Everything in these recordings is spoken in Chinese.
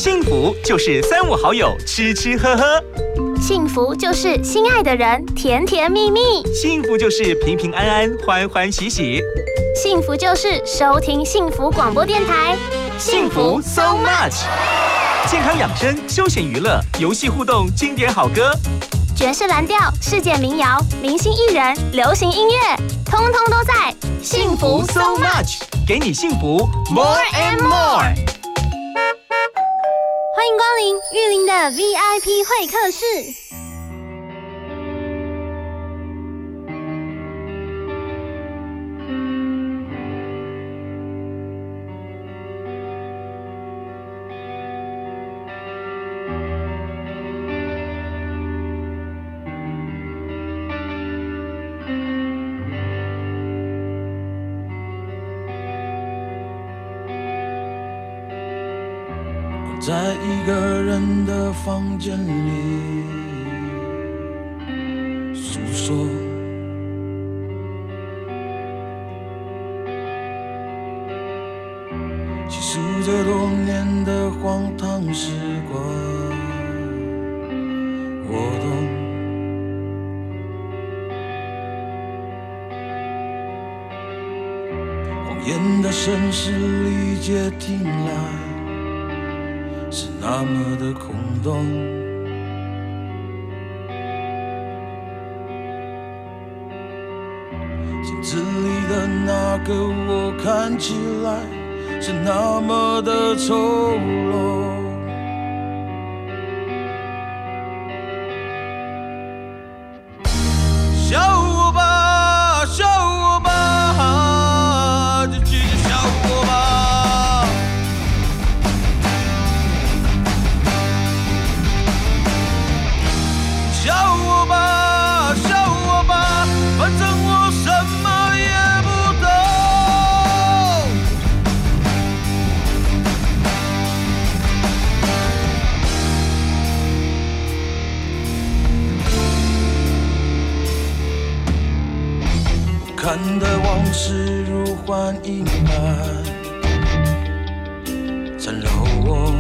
幸福就是三五好友吃吃喝喝， 幸福就是心爱的人甜甜蜜蜜， 幸福就是平平安安欢欢喜喜， 幸福就是收听幸福广播电台， 幸福 so much。健康养生、休闲娱乐、游戏互动、经典好歌、 爵士蓝调、世界民谣、明星艺人、流行音乐，通通都在幸福 so much， 给你幸福 more and more。 欢迎光临玉林的 VIP 会客室。 在一个人的房间里诉说，细数这多年的荒唐时光，我懂，谎言的声势里接听来是那么的空洞，镜子里的那个我看起来是那么的丑陋。笑我吧，笑我吧，就继续笑我吧。看的往事如幻影般缠绕我，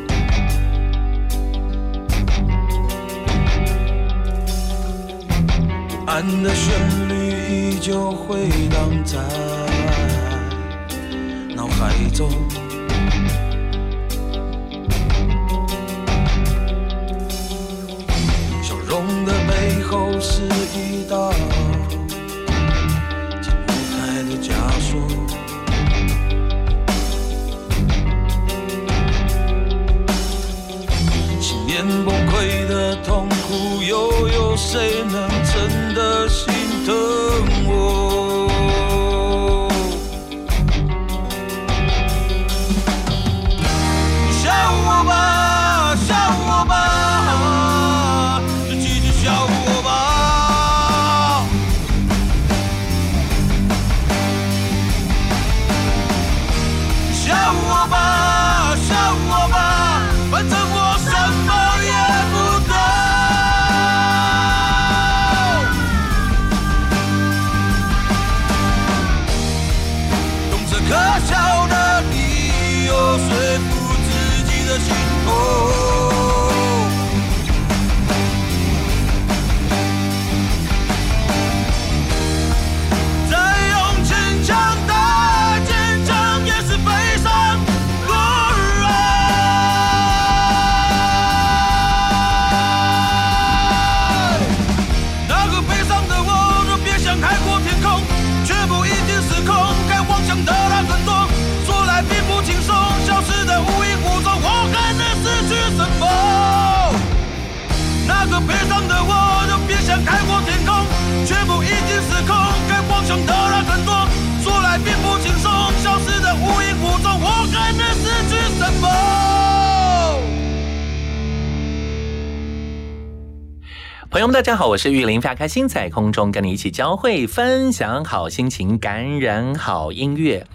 不安的旋律依旧回荡在脑海中，笑容的背后是一道枷锁，信念崩溃的痛苦，又有谁能真的心疼我？笑我吧，笑我吧，就继续笑我吧。笑我吧，笑我吧，反正我什么也不懂。用这可笑的理由说服自己的心痛。悲伤的我，就别想开阔天空，却不已经失控，该妄想的那更多，说来并不轻松，消失的无影无踪，我还能失去什么？ 朋友们大家好，我是玉林，非常开心在空中跟你一起交汇，分享好心情，感染好音乐。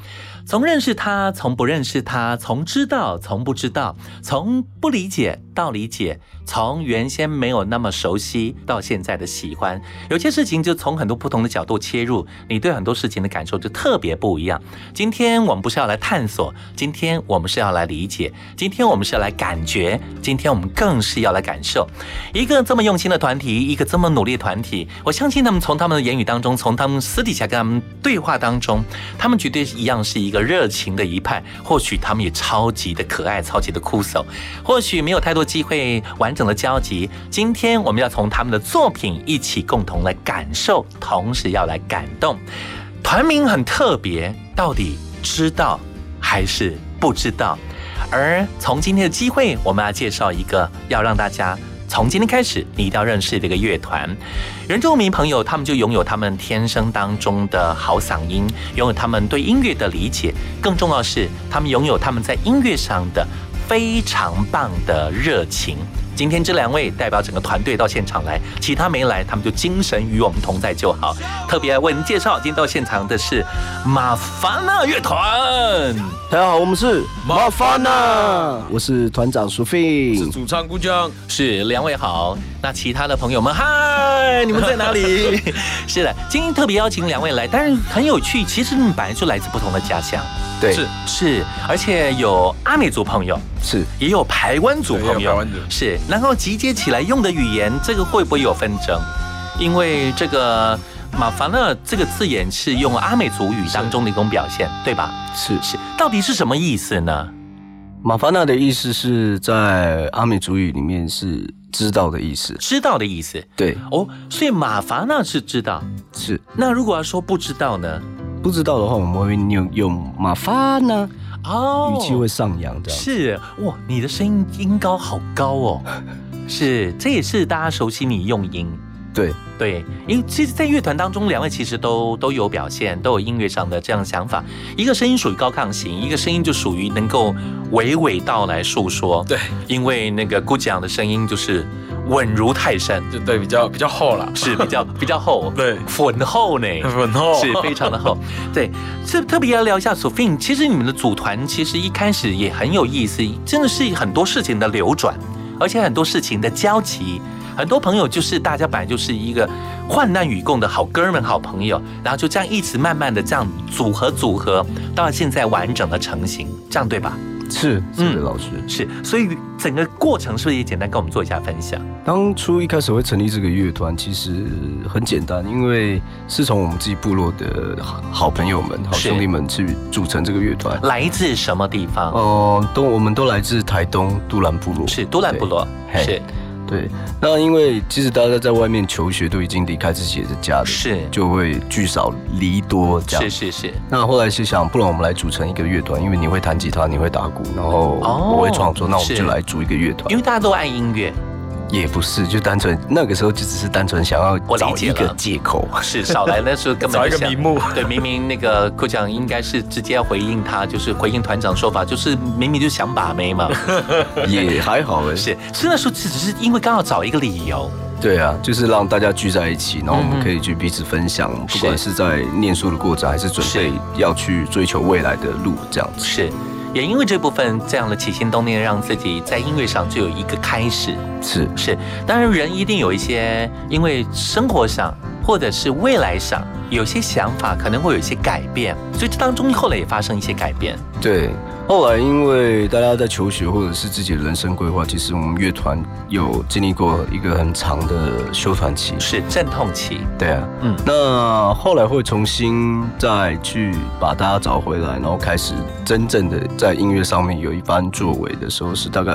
从认识他，从不认识他，从知道，从不知道，从不理解到理解，从原先没有那么熟悉到现在的喜欢。有些事情就从很多不同的角度切入，你对很多事情的感受就特别不一样。今天我们不是要来探索，今天我们是要来理解，今天我们是要来感觉，今天我们更是要来感受。一个这么用心的团体，一个这么努力的团体，我相信他们从他们的言语当中，从他们私底下跟他们对话当中，他们绝对一样是一个热情的一派。或许他们也超级的可爱，超级的酷手，或许没有太多机会完整的交集。今天我们要从他们的作品一起共同来感受，同时要来感动。团名很特别，到底知道还是不知道？而从今天的机会，我们要介绍一个要让大家从今天开始你一定要认识的一个乐团。原住民朋友他们就拥有他们天生当中的好嗓音，拥有他们对音乐的理解，更重要的是他们拥有他们在音乐上的非常棒的热情。今天这两位代表整个团队到现场来，其他没来，他们就精神与我们同在就好。特别来为您介绍，今天到现场的是马法纳乐团。 大家好，我们是马法纳，我是团长苏菲， 是主唱顾江， 是两位好。那其他的朋友们，嗨，你们在哪里？是的，今天特别邀请两位来，但是很有趣，其实你们本来就来自不同的家乡。 对， 是，而且有阿美族朋友， 是， 也有排湾族朋友，是，然后集结起来用的语言，这个会不会有纷争？因为这个马法纳这个字眼是用阿美族语当中的一种表现，对吧？ 是， 到底是什么意思呢？ 马法纳的意思是在阿美族语里面是知道的意思， 知道的意思。 对， 哦，所以马法纳是知道， 是。 那如果要说不知道呢？ 不知道的话，我们会用马法纳， 哦， 语气会上扬这样。 是哇，你的声音音高好高哦，是，这也是大家熟悉你用音。对，因为其实，在乐团当中，两位其实都有表现，都有音乐上的这样的想法。一个声音属于高亢型，一个声音就属于能够娓娓道来述说。 对， 因为那个顾讲的声音就是稳如泰山， 对，比较厚啦， 是比较厚， 对， 粉厚呢， 粉厚是非常的厚。对，是特别要聊一下 Sophie， 其实你们的组团其实一开始也很有意思，真的是很多事情的流转，而且很多事情的交集。很多朋友就是大家本来就是一个患难与共的好哥们、好朋友，然后就这样一直慢慢的这样组合，到现在完整的成型，这样对吧？ 是的，老师是，所以整个过程是不是也简单跟我们做一下分享？ 当初一开始会成立这个乐团，其实很简单，因为是从我们自己部落的好朋友们、好兄弟们去组成这个乐团。 来自什么地方？ 我们都来自台东都兰部落。 是都兰部落，是。 对，那因为其实大家在外面求学都已经离开自己的家了， 是就会聚少离多这样。 是。 那后来是想，不然我们来组成一个乐团，因为你会弹吉他，你会打鼓，然后我会创作，那我们就来组一个乐团。 因为大家都爱音乐。 也不是，就单纯那个时候就只是单纯想要找一个借口， 是少来那时候根本找一个名目。 对，明明那个科长应该是直接要回应他，就是回应团长说法，就是明明就想把妹嘛。 也还好哎， 是那时候只是因为刚好找一个理由。 对啊，就是让大家聚在一起，然后我们可以去彼此分享，不管是在念书的过程，还是准备要去追求未来的路，这样子。 是。也因为这部分这样的起心动念，让自己在音乐上就有一个开始。是，当然人一定有一些，因为生活上或者是未来上有些想法，可能会有一些改变，所以这当中后来也发生一些改变。 对，后来因为大家在求学或者是自己的人生规划，其实我们乐团有经历过一个很长的休团期， 是阵痛期。 对啊，那后来会重新再去把大家找回来，然后开始真正的在音乐上面有一番作为的时候，是大概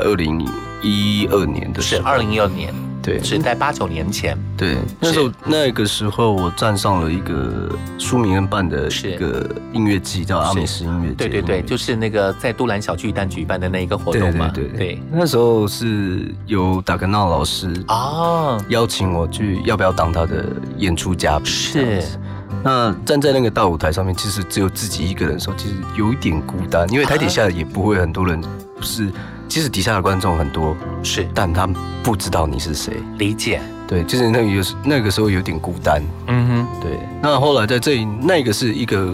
2012年的时候。 是2016年。 对， 是在8、9年前。 对，那个时候我站上了一个苏明恩办的一个音乐季，叫阿美式音乐季。 对，就是那个在都兰小巨蛋举办的那一个活动嘛。对， 那时候是由达格纳老师邀请我去，要不要当他的演出嘉宾？ 是。 那站在那个大舞台上面，其实只有自己一个人的时候，其实有一点孤单，因为台底下也不会很多人，不是。其实底下的观众很多， 是， 但他们不知道你是谁。 理解， 对，就是那个时候有点孤单。对。那后来在那个是一个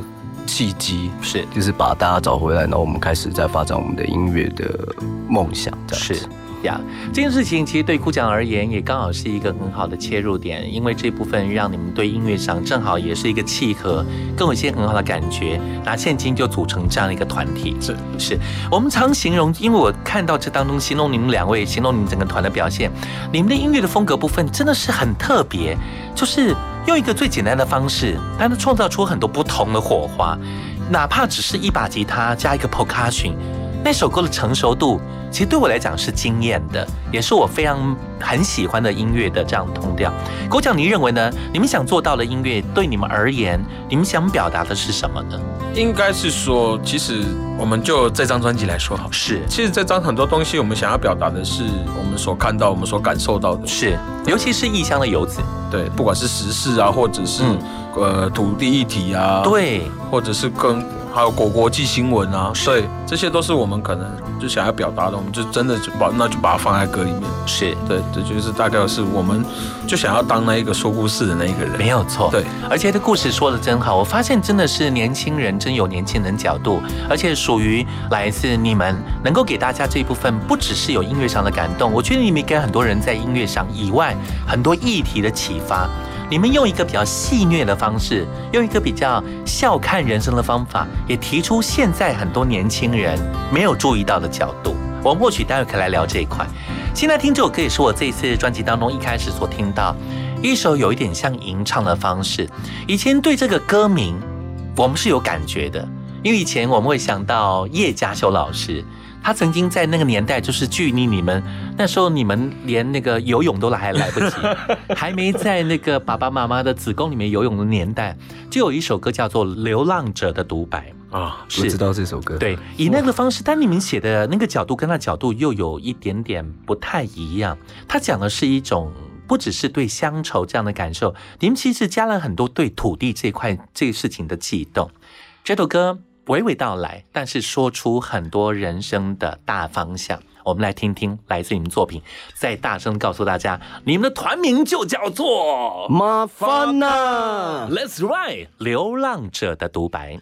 契机， 是就是把大家找回来，然后我们开始在发展我们的音乐的梦想，这样子。 是呀，这件事情其实对哭奖而言也刚好是一个很好的切入点，因为这部分让你们对音乐上正好也是一个契合，更有一些很好的感觉，拿现今就组成这样的一个团体。是，我们常形容，因为我看到这当中形容你们两位，形容你们整个团的表现，你们的音乐的风格部分真的是很特别，就是用一个最简单的方式，但是创造出很多不同的火花，哪怕只是一把吉他加一个 percussion。那首歌的成熟度，其实对我来讲是惊艳的，也是我非常很喜欢的音乐的这样的通调。国强，你认为呢？你们想做到的音乐，对你们而言，你们想表达的是什么呢？ 应该是说，其实我们就这张专辑来说好，其实这张很多东西，我们想要表达的是我们所看到、我们所感受到的， 是，尤其是异乡的游子， 对，不管是时事啊，或者是土地议题啊， 对， 或者是还有国际新闻啊，对，这些都是我们可能就想要表达的，我们就真的就把它放在歌里面。 是， 对，这就是大概是我们就想要当那一个说故事的那一个人， 没有错。 对， 而且这故事说的真好，我发现真的是年轻人真有年轻人角度，而且属于来自你们能够给大家这一部分，不只是有音乐上的感动，我觉得你们给很多人在音乐上以外很多议题的启发。你们用一个比较戏谑的方式，用一个比较笑看人生的方法，也提出现在很多年轻人没有注意到的角度。我们或许待会可以来聊这一块。现在听这首歌也是我这一次专辑当中一开始所听到一首有一点像吟唱的方式。以前对这个歌名我们是有感觉的，因为以前我们会想到叶嘉修老师，他曾经在那个年代，就是距离你们那时候，你们连那个游泳都还来不及，还没在那个爸爸妈妈的子宫里面游泳的年代，就有一首歌叫做《流浪者的独白》 啊，我知道这首歌。 对，以那个方式，但你们写的那个角度跟那角度又有一点点不太一样。他讲的是一种不只是对乡愁这样的感受，你们其实加了很多对土地这块这个事情的悸动。这首歌娓娓道来，但是说出很多人生的大方向。我们来听听来自你们作品，再大声告诉大家，你们的团名就叫做麻烦呐 Let's Ride 流浪者的独白。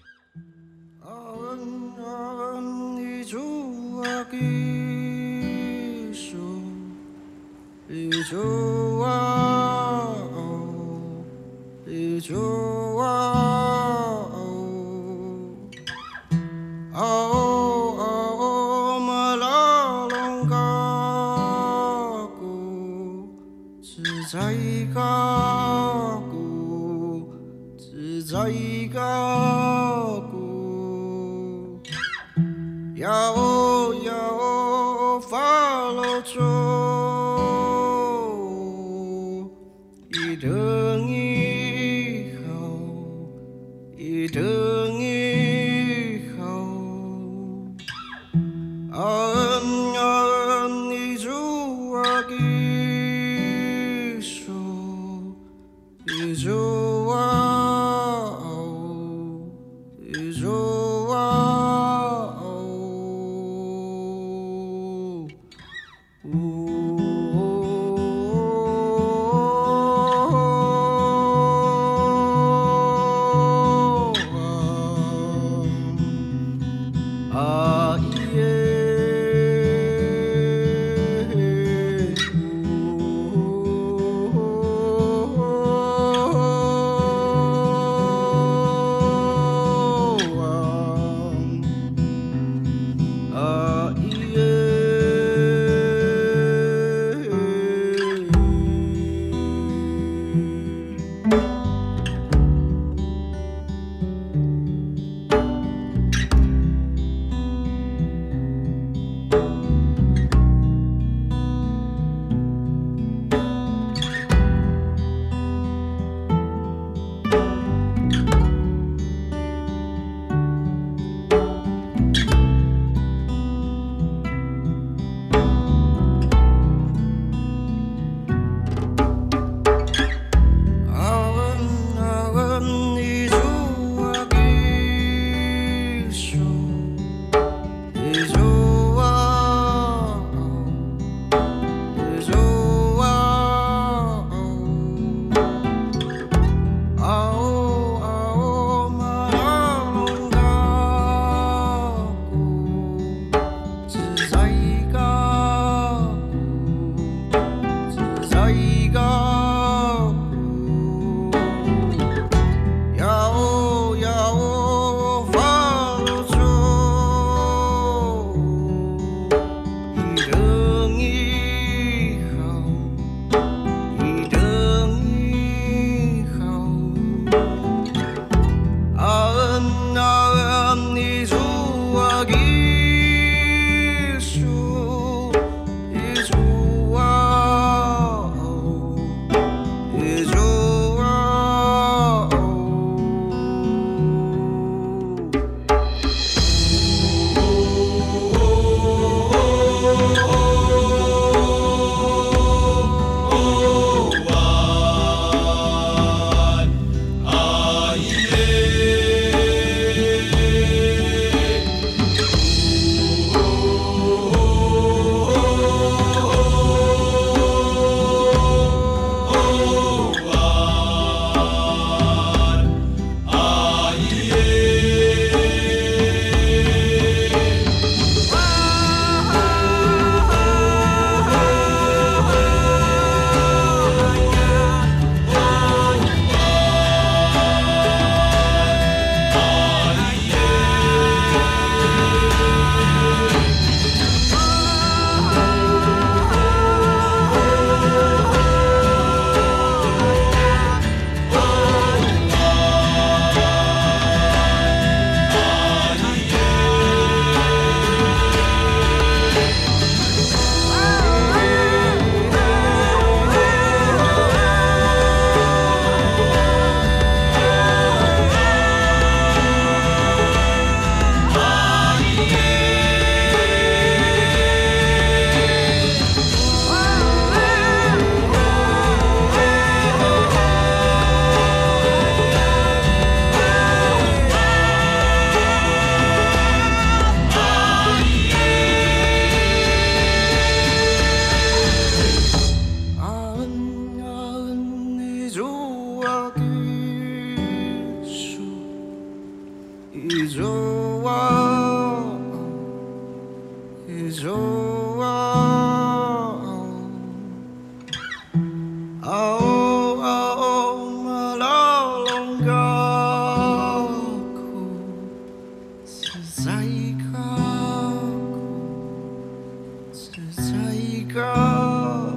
在一个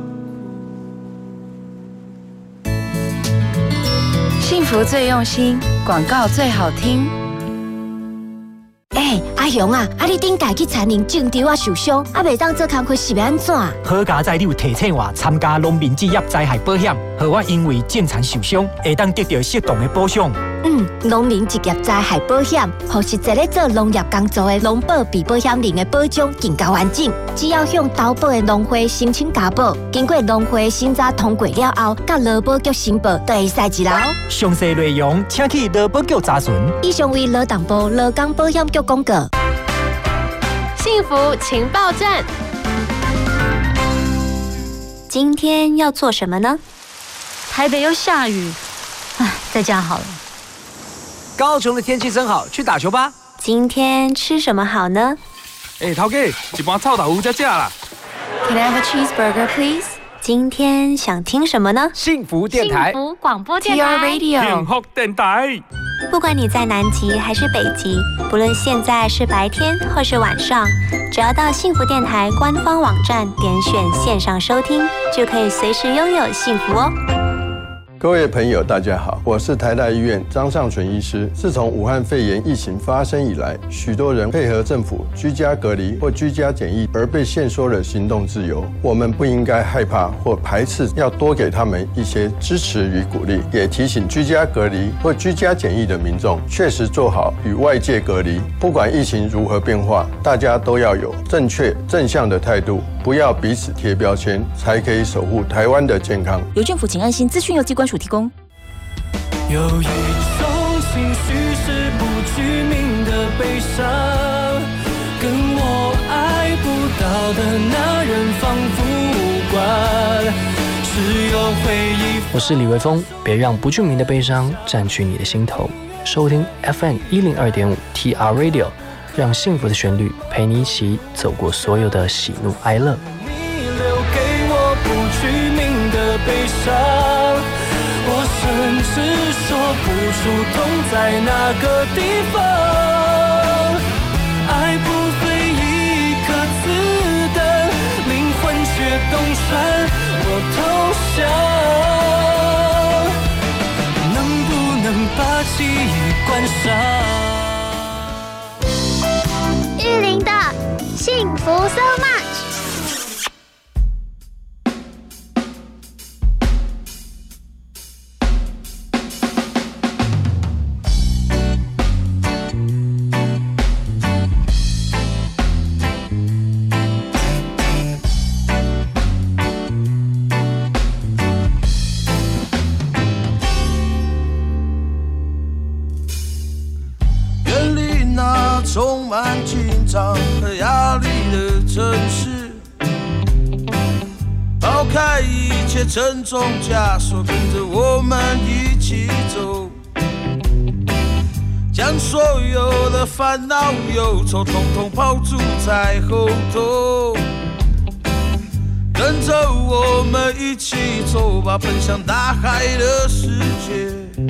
幸福最用心，广告最好听。 阿雄啊，你顶家去田林种稻受伤，袂当做工课是要安怎？ 好佳在你有提醒我参加农民职业灾害保险，让我因为种田受伤，会当得到适当的补偿。 农民职业灾害保险，或是一个做农业工作的农保被保险人的保障更加完整。只要向投保的农会申请加保，经过农会审查通过了后，甲劳保局申报，就会使一劳。 详细内容请去劳保局查询。 以上为劳动部劳工保险局广告。 幸福情报站，今天要做什么呢？ 台北又下雨，在家好了。 高雄的天气真好，去打球吧。 今天吃什么好呢？ 头家，一盘臭豆腐才吃啦。 Can I have a cheeseburger, please？ 今天想听什么呢？ 幸福电台， 幸福广播电台 TR Radio， 幸福电台。 不管你在南极还是北极，不论现在是白天或是晚上，只要到幸福电台官方网站点选线上收听，就可以随时拥有幸福哦。 各位朋友，大家好，我是台大医院张尚存医师。自从武汉肺炎疫情发生以来，许多人配合政府居家隔离或居家检疫，而被限缩了行动自由。我们不应该害怕或排斥，要多给他们一些支持与鼓励。也提醒居家隔离或居家检疫的民众，确实做好与外界隔离。不管疫情如何变化，大家都要有正确正向的态度，不要彼此贴标签，才可以守护台湾的健康。 邮政府请安心，资讯由机关署提供。 有一种情绪是不具名的悲伤，跟我爱不到的那人仿佛无关，只有回忆。 我是李维峰，别让不具名的悲伤占据你的心头。收听 FM 102.5 TR Radio， 让幸福的旋律陪你一起走过所有的喜怒哀乐。 你留给我不具名的悲伤，我甚至说不出痛在哪个地方。爱不费一颗子弹，灵魂却洞穿我投降。能不能把记忆关上？ 玉林的幸福 so much。 充满紧张和压力的城市，抛开一切沉重枷锁，跟着我们一起走，将所有的烦恼忧愁统统抛诸在后头，跟着我们一起走吧，奔向大海的世界。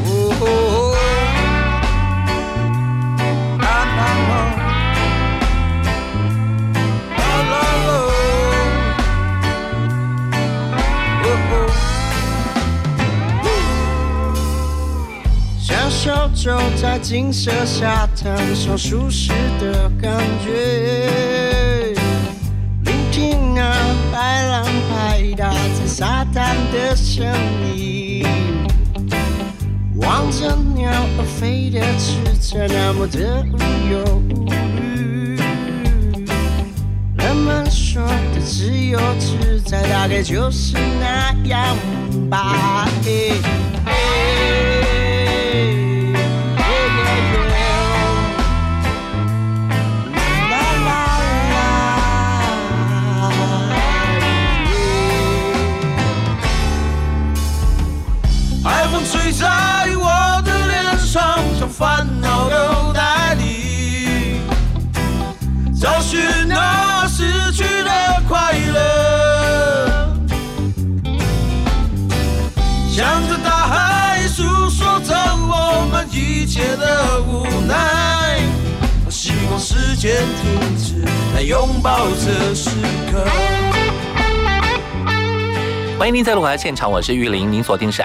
享受走在金色沙滩上舒适的感觉，聆听那白浪拍打在沙滩的声音，望着鸟儿飞的翅膀那么的无忧无虑，人们说的自由自在大概就是那样吧。 海风吹在我的脸上，像烦恼都带离，找寻那失去的快乐，向着大海诉说着我们一切的无奈。希望时间停止，来拥抱这时刻。 欢迎您再度回来现场，我是玉林，您锁定是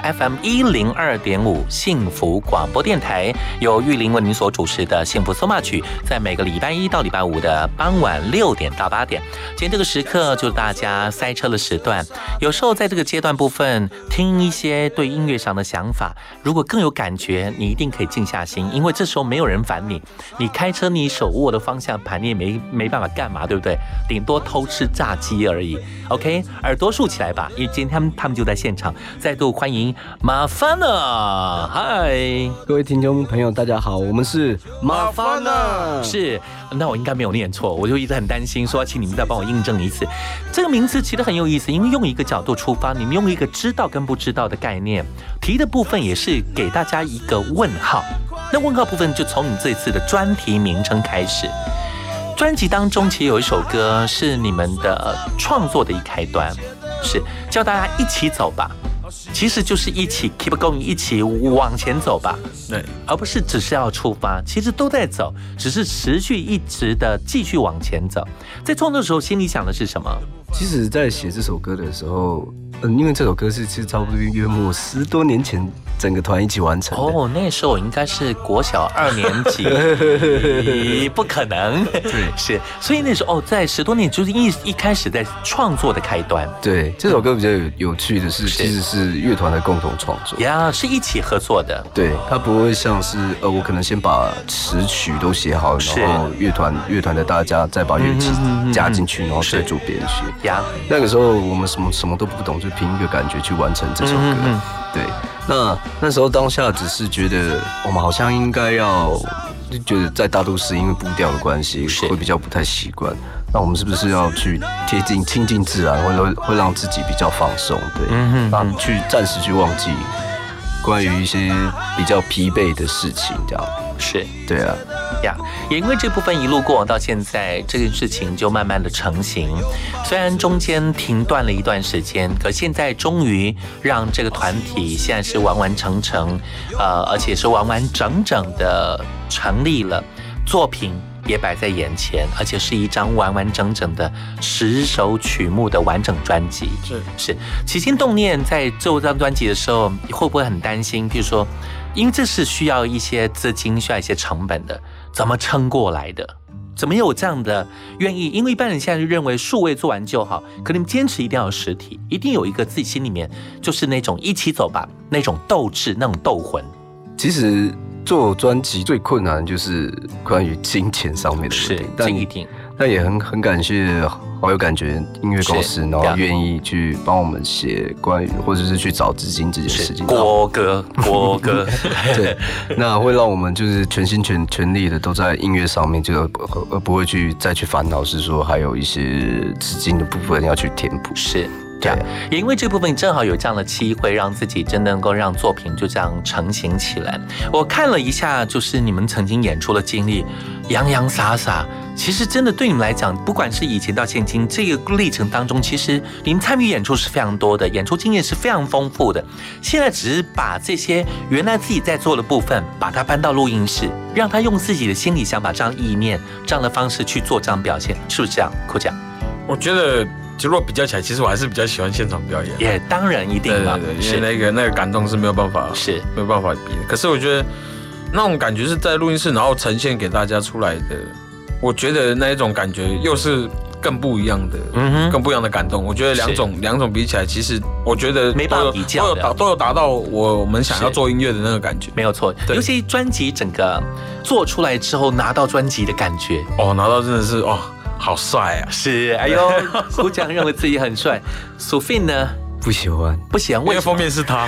FM102.5 幸福广播电台，由玉林为您所主持的幸福 So Much， 在每个礼拜一到礼拜五的傍晚6点到8点。今天这个时刻就是大家塞车的时段，有时候在这个阶段部分听一些对音乐上的想法，如果更有感觉，你一定可以静下心，因为这时候没有人烦你，你开车你手握的方向盘你也没办法干嘛，对不对？顶多偷吃炸鸡而已。OK， 耳朵竖起来吧，因为今天他们就在现场，再度欢迎马凡娜。嗨， 各位听众朋友，大家好，我们是马凡娜。 是，那我应该没有念错，我就一直很担心，说请你们再帮我印证一次。这个名词其实很有意思，因为用一个角度出发，你们用一个知道跟不知道的概念，提的部分也是给大家一个问号。那问号部分就从你这次的专题名称开始。专辑当中其实有一首歌是你们的创作的一开端，是叫大家一起走吧，其实就是一起 keep going， 一起往前走吧， 对， 而不是只是要出发，其实都在走，只是持续一直的继续往前走。在创作的时候，心里想的是什么？ 其实，在写这首歌的时候，因为这首歌是差不多约莫10多年前整个团一起完成的。 哦，那时候我应该是国小2年级，不可能。 对， 是，所以那时候在10多年就是一开始在创作的开端。 对，这首歌比较有趣的是，其实是乐团的共同创作呀，是一起合作的。 对，它不会像是我可能先把词曲都写好，然后乐团的大家再把乐器加进去，然后再做编曲。那个时候我们什么都不懂，就凭一个感觉去完成这首歌。对，那时候当下只是觉得我们好像应该要，就觉得在大都市因为步调的关系会比较不太习惯，那我们是不是要去贴近亲近自然，会让自己比较放松？对，让你去暂时去忘记关于一些比较疲惫的事情，这样。 是， 对啊。 也因为这部分一路过往到现在，这件事情就慢慢的成型。虽然中间停断了一段时间，可现在终于让这个团体现在是完完成成，而且是完完整整的成立了，作品也摆在眼前，而且是一张完完整整的10首曲目的完整专辑。是，起心动念在做这张专辑的时候，会不会很担心？譬如说，因为这是需要一些资金，需要一些成本的，怎么撑过来的？怎么有这样的愿意？因为一般人现在就认为数位做完就好，可你们坚持一定要有实体，一定有一个自己心里面就是那种一起走吧，那种斗志，那种斗魂。 其实做专辑最困难的就是关于金钱上面的问题， 但一定。 但也很感谢好有感觉音乐公司，然后愿意去帮我们写关于或者是去找资金这件事情。 国歌， 对，那会让我们就是全心全力的都在音乐上面，就而不会再去烦恼是说还有一些资金的部分要去填补。 是。也因为这部分正好有这样的机会，让自己真的能够让作品就这样成型起来。我看了一下，就是你们曾经演出的经历，洋洋洒洒。其实真的对你们来讲，不管是以前到现今这个历程当中，其实你们参与演出是非常多的，演出经验是非常丰富的。现在只是把这些原来自己在做的部分，把它搬到录音室，让他用自己的心理想法、这样意念、这样的方式去做这样表现，是不是这样？酷讲， 我觉得。如果比较起来，其实我还是比较喜欢现场表演。 也当然一定嘛， 对，因为那个感动是没有办法比的。可是我觉得那种感觉是在录音室，然后呈现给大家出来的，我觉得那一种感觉又是更不一样的，更不一样的感动。我觉得两种比起来，其实我觉得没办法比较的， 都有达到我们想要做音乐的那个感觉， 没有错。尤其专辑整个做出来之后，拿到专辑的感觉， 拿到真的是好帅啊！ 是，哎呦，鼓掌认为自己很帅。苏菲呢？ 不喜欢， 因为封面是他。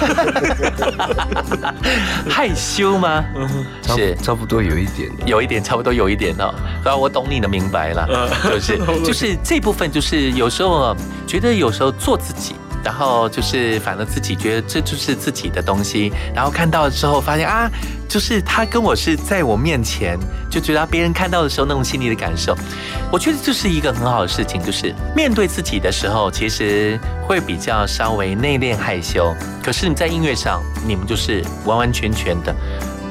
害羞吗？ 是，差不多有一点， 差不多有一点哦。然后我懂你的明白了，就是这部分，就是有时候觉得有时候做自己。然后就是反正自己觉得这就是自己的东西，然后看到之后发现啊，就是他跟我是在我面前，就觉得别人看到的时候那种心里的感受，我觉得这是一个很好的事情，就是面对自己的时候，其实会比较稍微内敛害羞，可是你在音乐上，你们就是完完全全的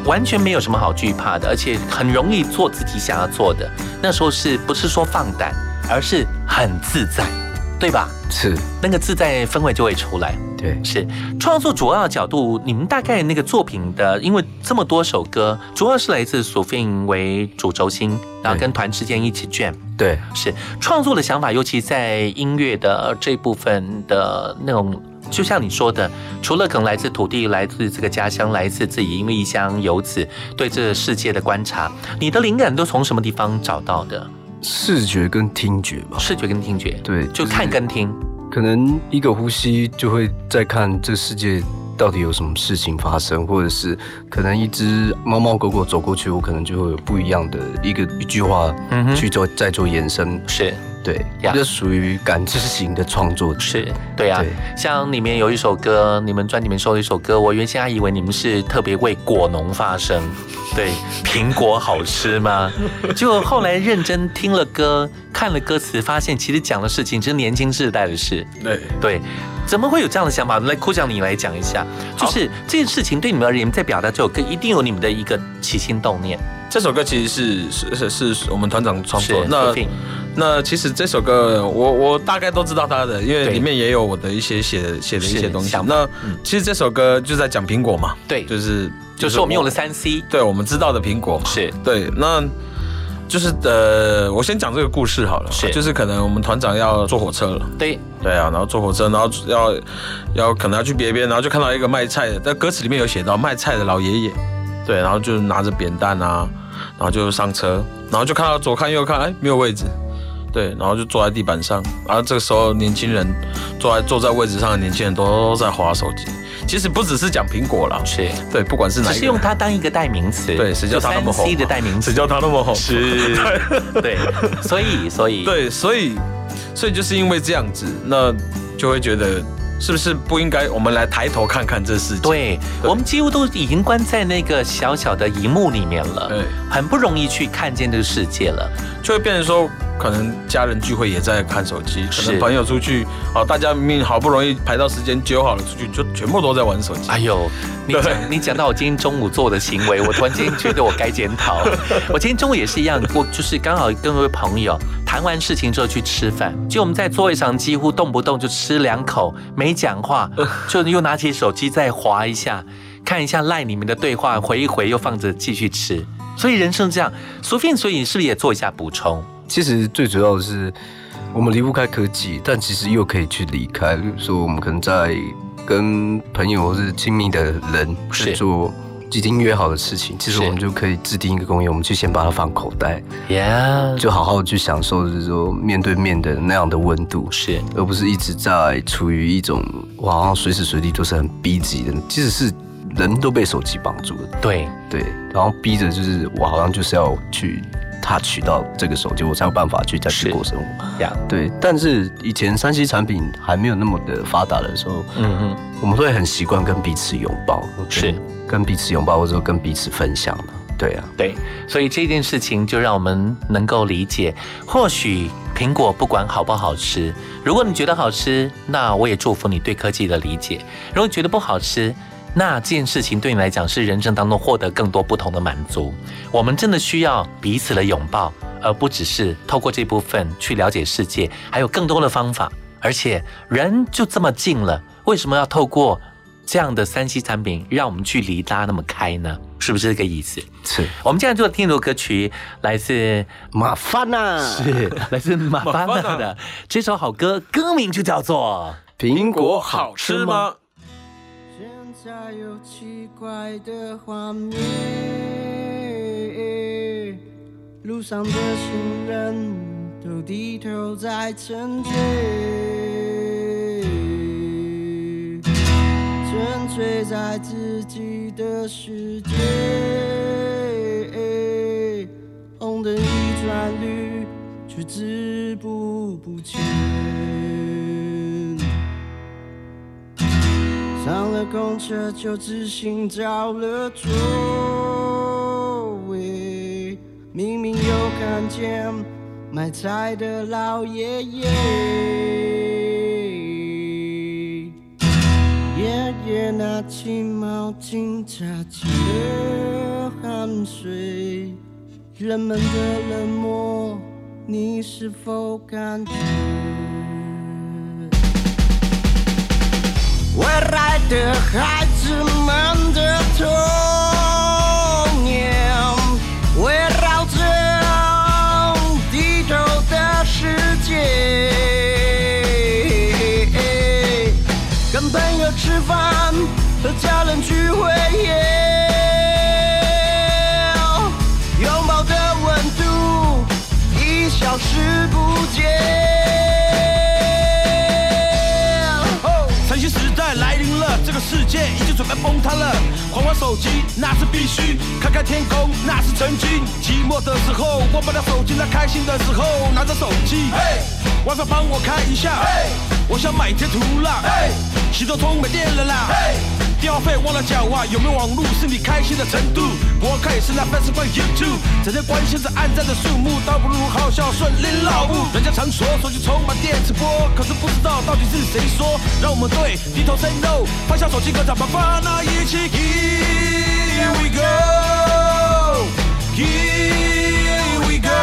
完全没有什么好惧怕的，而且很容易做自己想要做的。那时候不是说放胆，而是很自在，对吧？ 是， 那个自在氛围就会出来。 对， 是创作主要的角度，你们大概那个作品的，因为这么多首歌，主要是来自Sufjan为主轴心，然后跟团之间一起 jam。 对， 是创作的想法，尤其在音乐的这部分的那种。就像你说的，除了可能来自土地、来自这个家乡、来自自己因为异乡游子对这个世界的观察，你的灵感都从什么地方找到的？ 视觉跟听觉吧。 视觉跟听觉， 对， 就看跟听。 可能一个呼吸就会在看这世界到底有什么事情发生，或者是可能一只猫猫狗狗走过去，我可能就会有不一样的一句话去再做延伸。 是。 对，这属于感知型的创作。 是，对啊，像里面有一首歌，你们专辑里面说的一首歌，我原先还以为你们是特别为果农发声，对，苹果好吃吗？结果后来认真听了歌，看了歌词，发现其实讲的事情是年轻世代的事。对，怎么会有这样的想法？来，哭讲你来讲一下，就是这件事情对你们而言，在表达这首歌，一定有你们的一个起心动念。 这首歌其实是我们团长创作。那其实这首歌我大概都知道它的，因为里面也有我的一些写的一些东西。那其实这首歌就在讲苹果嘛， 对， 就是我们用了3C， 对，我们知道的苹果嘛， 是对。那就是我先讲这个故事好了，就是可能我们团长要坐火车了， 对啊，然后坐火车，然后要可能要去别边，然后就看到一个卖菜的，在歌词里面有写到卖菜的老爷爷，对，然后就拿着扁担啊，然后就上车，然后就看到左看右看，哎，没有位置。对，然后就坐在地板上，然后这个时候年轻人坐在位置上的年轻人都在滑手机。其实不只是讲苹果啦， 是对，不管是哪一个， 只是用它当一个代名词， 对，谁叫它那么红 ？3C 的代名词， 谁叫它那么红？ 是，对，所以就是因为这样子，那就会觉得。是不是不应该我们来抬头看看这世界？对，我们几乎都已经关在那个小小的萤幕里面了，对，很不容易去看见这个世界了， 就会变成说，可能家人聚会也在看手机，可能朋友出去，大家明明好不容易排到时间揪好了出去，就全部都在玩手机。 哎呦，你讲到我今天中午做的行为，我突然间觉得我该检讨。我今天中午也是一样，我就是刚好跟一位朋友谈完事情之后去吃饭，就我们在座位上几乎动不动就吃2口，没讲话，就又拿起手机再滑一下，看一下 LINE 里面的对话，回一回又放着继续吃。所以人生这样，Sufjan，所以你是不是也做一下补充？ 其实最主要的是，我们离不开科技，但其实又可以去离开。比如说，我们可能在跟朋友或是亲密的人去做已经约好的事情，其实我们就可以制定一个公约，我们就先把它放口袋，就好好去享受，就是说面对面的那样的温度，而不是一直在处于一种我好像随时随地都是很逼自己的，即使是人都被手机绑住了， 对， 然后逼着就是我好像就是要去touch到这个手机，我才有办法去再去过生活。对，但是以前3C 产品还没有那么的发达的时候，我们会很习惯跟彼此拥抱，跟彼此拥抱，或者说跟彼此分享嘛。对啊， 对，所以这件事情就让我们能够理解，或许苹果不管好不好吃，如果你觉得好吃，那我也祝福你对科技的理解；如果你觉得不好吃，那这件事情对你来讲是人生当中获得更多不同的满足。我们真的需要彼此的拥抱，而不只是透过这部分去了解世界，还有更多的方法。而且人就这么近了，为什么要透过这样的3C 产品让我们去离大家那么开呢？是不是这个意思？ 是。 我们现在就听一首歌曲，来自马凡娜， 是来自马凡娜的这首好歌，歌名就叫做 《苹果好吃吗》。 现在有奇怪的画面，路上的行人都低头在沉醉，沉醉在自己的世界。红灯一转绿，却止步不前。上了公车就自行找了座位，明明有看见卖菜的老爷爷，爷爷拿起毛巾擦起了跟随，人们的冷漠，你是否感觉？未来的孩子们的童年，围绕着低头的世界，跟朋友吃饭，和家人聚会，拥抱的温度已消失不见。 晨曦时代来临了，这个世界已经准备崩塌了。滑滑手机那是必须，看看天空那是曾经。寂寞的时候忘不了手机，那开心的时候拿着手机。WiFi 帮我开一下，我想买贴图啦。洗头通没电了啦。电话费忘了缴啊，有没有网路是你开心的程度。我看也是那 Facebook YouTube， 整天关心着按赞的数目，倒不如好好孝顺领老母。人家常说手机充满电磁波，可是不知道到底是谁说。让我们对低头 say no， 放下手机，跟着爸爸那一起 Here we go， Here we go。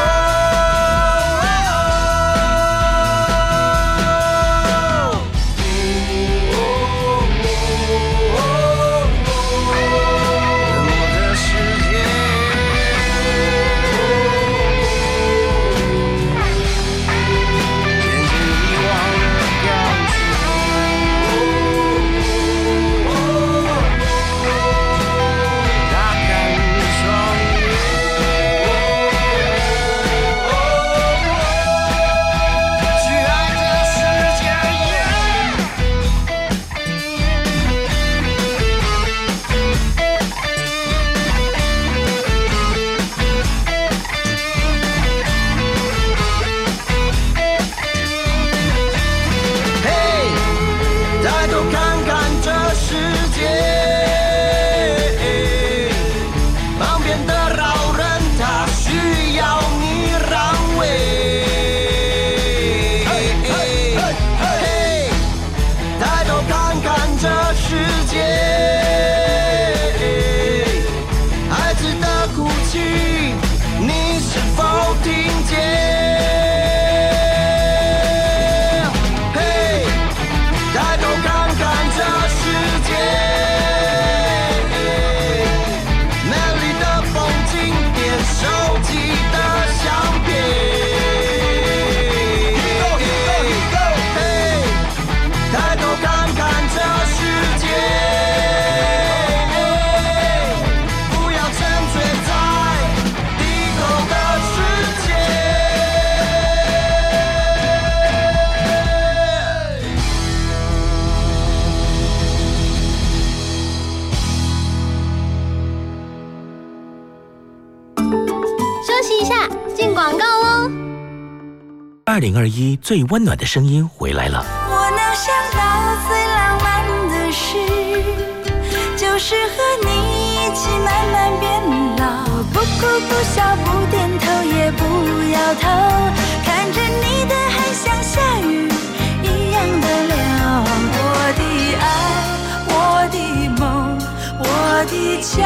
2021最温暖的声音回来了。 我能想到最浪漫的事，就是和你一起慢慢变老，不哭不笑不点头也不摇头，看着你的汗像下雨一样的了。我的爱，我的梦，我的家，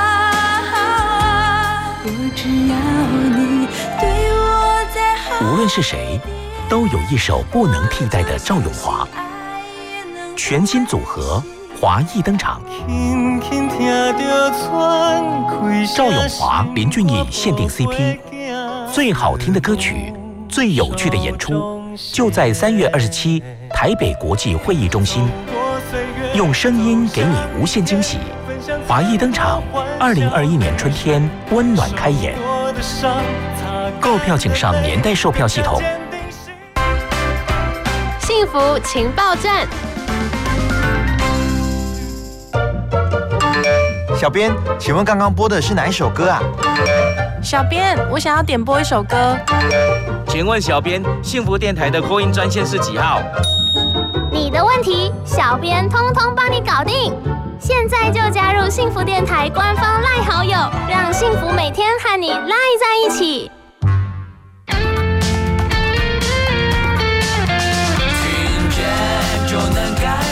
我只要你对我再好。 无论是谁，都有一首不能替代的赵咏华。全新组合华裔登场，赵咏华、林俊逸限定 CP， 最好听的歌曲，最有趣的演出，就在3月27台北国际会议中心，用声音给你无限惊喜。华裔登场，2021年春天温暖开演，购票请上年代售票系统。 幸福情报站， 小编，请问刚刚播的是哪一首歌啊？ 小编，我想要点播一首歌。 请问小编，幸福电台的call in专线是几号？ 你的问题，小编通通帮你搞定。现在就加入幸福电台官方赖好友，让幸福每天和你赖在一起。 听见就能改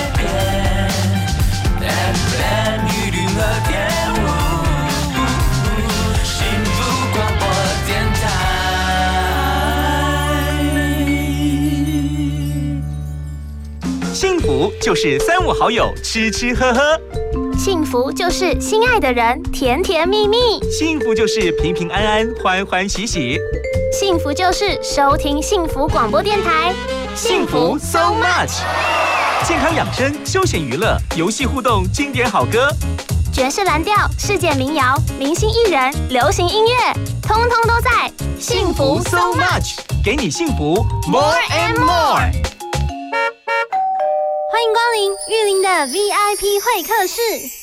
变，FM102.5， 幸福就是3、5好友吃吃喝喝， 幸福就是心爱的人甜甜蜜蜜， 幸福就是平平安安欢欢喜喜， 幸福就是收听幸福广播电台， 幸福 so much。健康养生、休闲娱乐、游戏互动、经典好歌， 爵士蓝调、世界民谣、明星艺人、流行音乐，通通都在幸福 so much， 给你幸福 more and more。 欢迎光临玉林的 VIP 会客室。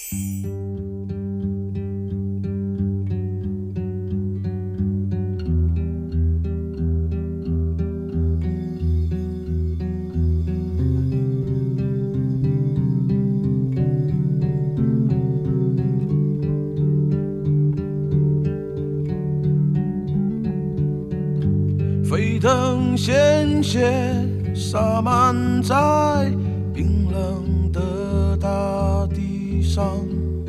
沸腾鲜血洒满在冰冷的大地上，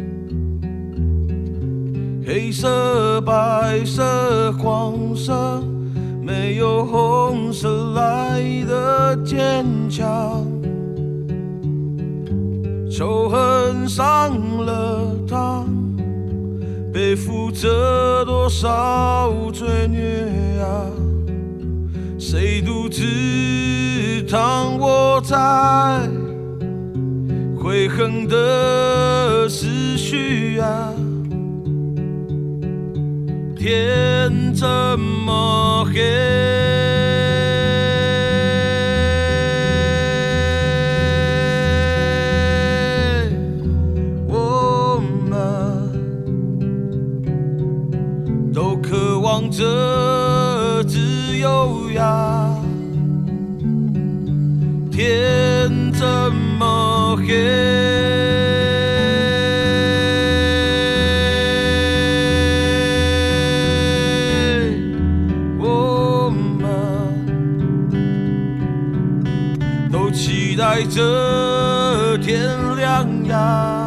黑色、白色、黄色，没有红色来的坚强。仇恨上了膛，背负着多少罪孽啊！谁独自躺卧在悔恨的思绪啊？天这么黑，我们都渴望着自由呀。天这么黑，我们都期待着天亮呀。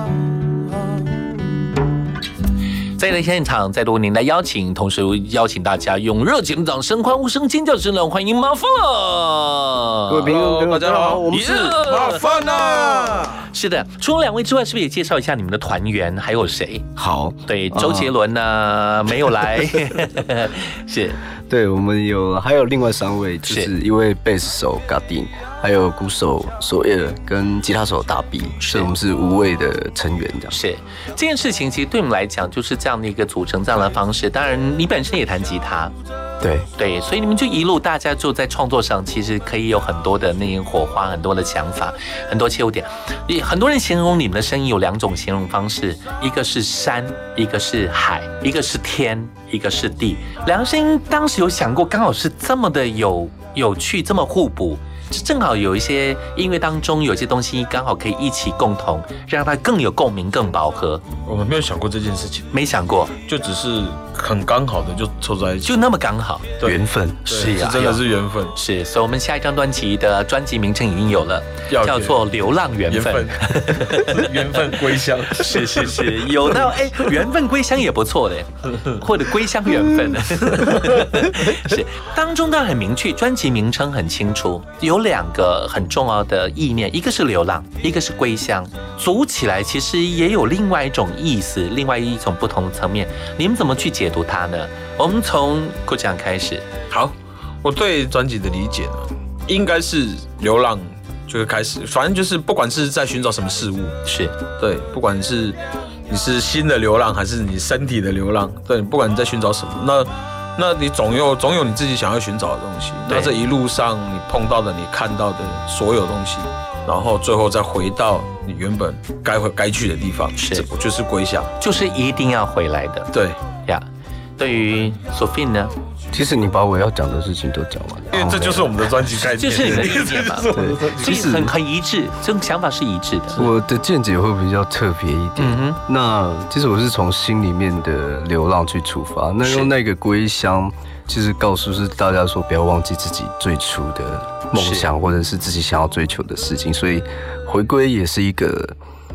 在现场再度您的邀请，同时邀请大家用热情的掌声、欢呼声、尖叫声来欢迎马放。 各位朋友，大家好，我们是马放啊。 是的，除了2位之外，是不是也介绍一下你们的团员还有谁？ 好， 对，周杰伦呢没有来，是， 对，我们还有另外3位，就是一位贝斯手 Gadin， 还有鼓手索耶尔跟吉他手大 B， 所以我们是5位的成员这样。 是这件事情，其实对我们来讲就是这样的一个组成，这样的方式。当然，你本身也弹吉他，对，所以你们就一路大家就在创作上，其实可以有很多的那些火花，很多的想法，很多切入点。很多人形容你们的声音有2种形容方式，一个是山，一个是海，一个是天，一个是地。2个声音当时有想过，刚好是这么的有趣，这么互补。正好有一些音乐当中有一些东西刚好可以一起共同，让它更有共鸣、更饱和。 我们没有想过这件事情， 没想过， 就只是很刚好的就凑在一起， 就那么刚好， 缘分是呀， 真的是缘分。 是，所以我们下一张专辑的专辑名称已经有了，叫做《流浪缘分》， 缘分归乡。 是，有到缘分归乡也不错的，或者归乡缘分。是，当中当然很明确，专辑名称很清楚，有2个很重要的意念，一个是流浪，一个是归乡，组起来其实也有另外一种意思，另外一种不同的层面。你们怎么去解读它呢？我们从库强开始。 好，我对专辑的理解呢，应该是流浪就会开始，反正就是不管是在寻找什么事物， 是对， 不管是你是心的流浪，还是你身体的流浪，对，不管你在寻找什么，那你总有你自己想要寻找的东西。那这一路上你碰到的、你看到的所有东西，然后最后再回到你原本该去的地方，是，就是归乡， 就是一定要回来的。 对呀，对于 Sophie 呢？ 其实你把我要讲的事情都讲完了， 因为这就是我们的专辑概念， 就是你的意见嘛。对，其实很一致，这种想法是一致的。 我的见解会比较特别一点。那其实我是从心里面的流浪去出发，那用那个归乡，其实告诉是大家说不要忘记自己最初的梦想，或者是自己想要追求的事情，所以回归也是一个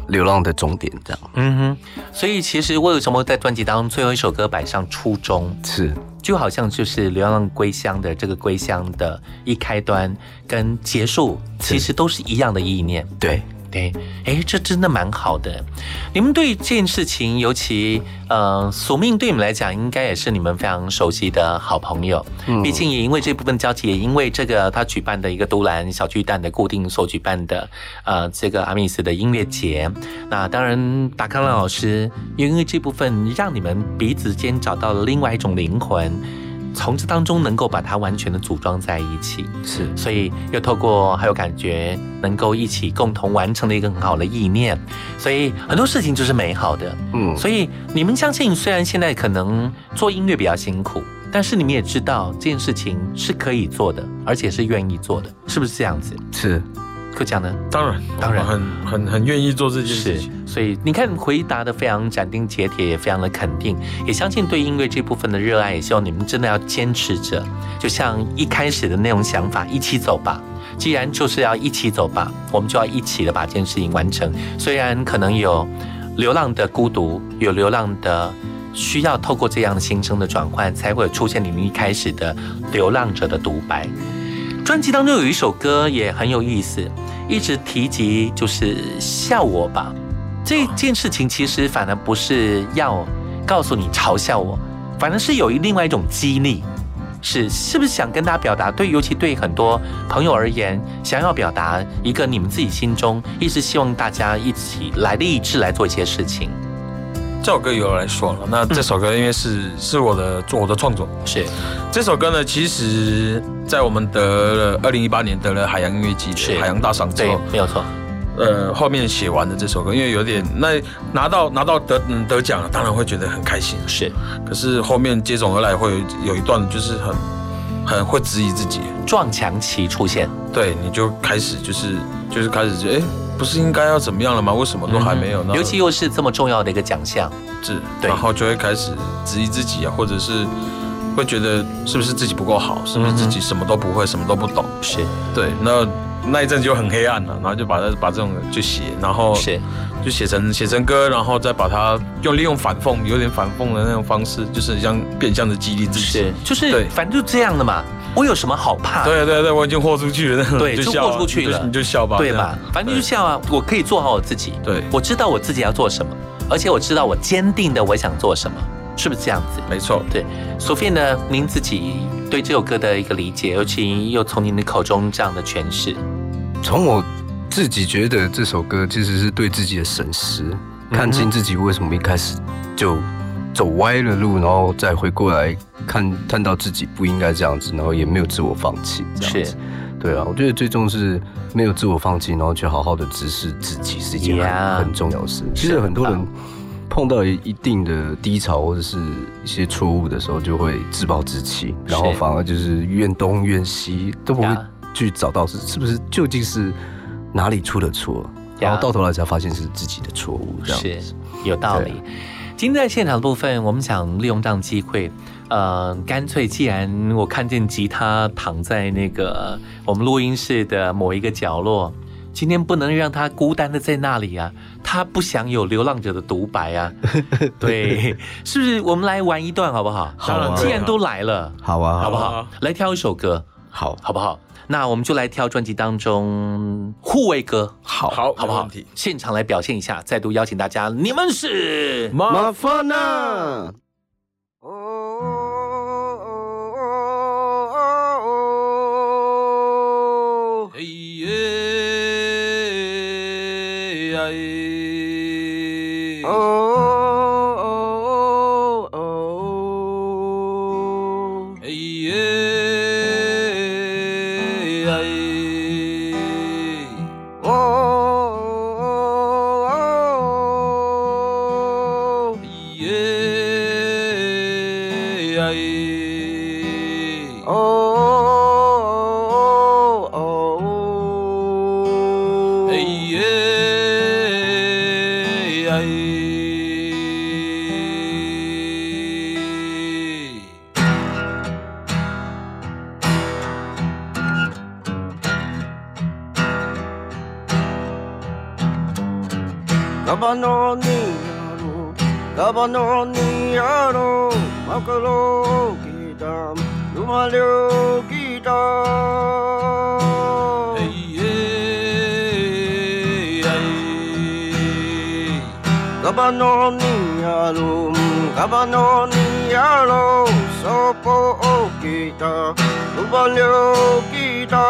流浪的终点这样。 嗯哼，所以其实为什么在专辑当中最后一首歌摆上初衷， 是就好像就是流浪归乡的这个归乡的一开端跟结束，其实都是一样的意念。 对。 对，哎，这真的蛮好的。你们对这件事情，尤其宿命对你们来讲，应该也是你们非常熟悉的好朋友。毕竟也因为这部分交集，也因为这个他举办的一个都兰小巨蛋的固定所举办的这个阿密斯的音乐节。那当然，达康老师因为这部分让你们彼此间找到了另外一种灵魂。从这当中能够把它完全的组装在一起， 是， 所以又透过还有感觉，能够一起共同完成了一个很好的意念，所以很多事情就是美好的。所以你们相信，虽然现在可能做音乐比较辛苦，但是你们也知道这件事情是可以做的，而且是愿意做的，是不是这样子？ 是。 可讲呢？ 当然，很愿意做这件事情。 所以你看，回答的非常斩钉截铁，也非常的肯定，也相信对音乐这部分的热爱，也希望你们真的要坚持着，就像一开始的那种想法，一起走吧。既然就是要一起走吧，我们就要一起的把这件事情完成。虽然可能有流浪的孤独，有流浪的需要透过这样的心声的转换，才会出现你们一开始的流浪者的独白。专辑当中有一首歌也很有意思，一直提及就是笑我吧。这件事情其实反而不是要告诉你嘲笑我，反而是有另外一种激励。是不是想跟大家表达？对，尤其对很多朋友而言，想要表达一个你们自己心中一直希望大家一起来立志来做一些事情。 这首歌有来说了，那这首歌因为是我的创作， 是这首歌呢，其实在我们得了2018年得了海洋音乐季的海洋大赏之后， 对，没有错。 后面写完的这首歌，因为有点那拿到得奖了，当然会觉得很开心， 是。 可是后面接踵而来会有一段就是很会质疑自己， 撞墙期出现， 对，你就开始就是开始觉得不是应该要怎么样了吗？为什么都还没有？ 尤其又是这么重要的一个奖项， 是，然后就会开始质疑自己啊，或者是会觉得是不是自己不够好，是不是自己什么都不会，什么都不懂？ 是， 对，那一阵就很黑暗了，然后就把这种就写，然后就写成歌，然后再把它利用反讽，有点反讽的那种方式，就是像变相的激励自己， 就是反正就这样的嘛。我有什么好怕的？ 对，我已经豁出去了， 对，就豁出去了， 你就笑吧， 对吧？反正就笑啊，我可以做好我自己， 对， 我知道我自己要做什么，而且我知道我坚定的我想做什么，是不是这样子？ 没错， 对。索菲呢，您自己对这首歌的一个理解，尤其又从您的口中这样的诠释， 从我自己觉得这首歌其实是对自己的审视，看清自己为什么一开始就走歪了路，然后再回过来看到自己不应该这样子，然后也没有自我放弃，这样子。对啊，我觉得最终是没有自我放弃，然后去好好的直视自己，是一件很重要的事。其实很多人碰到一定的低潮或者是一些错误的时候，就会自暴自弃，然后反而就是怨东怨西，都不会去找到是不是究竟是哪里出了错，然后到头来才发现是自己的错误，这样子是有道理。今天在现场的部分，我们想利用这样的机会，干脆既然我看见吉他躺在那个我们录音室的某一个角落，今天不能让他孤单的在那里啊，他不想有流浪者的独白啊，对，是不是？我们来玩一段好不好？ 好啊， 既然都来了， 好啊， 好不好？来挑一首歌， 好不好？那我们就来挑专辑当中护卫歌， 好不好？ 现场来表现一下，再度邀请大家，你们是马法纳。 Gabanoniaro, Makalo kita, Lumalio kita. Gabanoniaro, Sopo kita, Lumalio kita.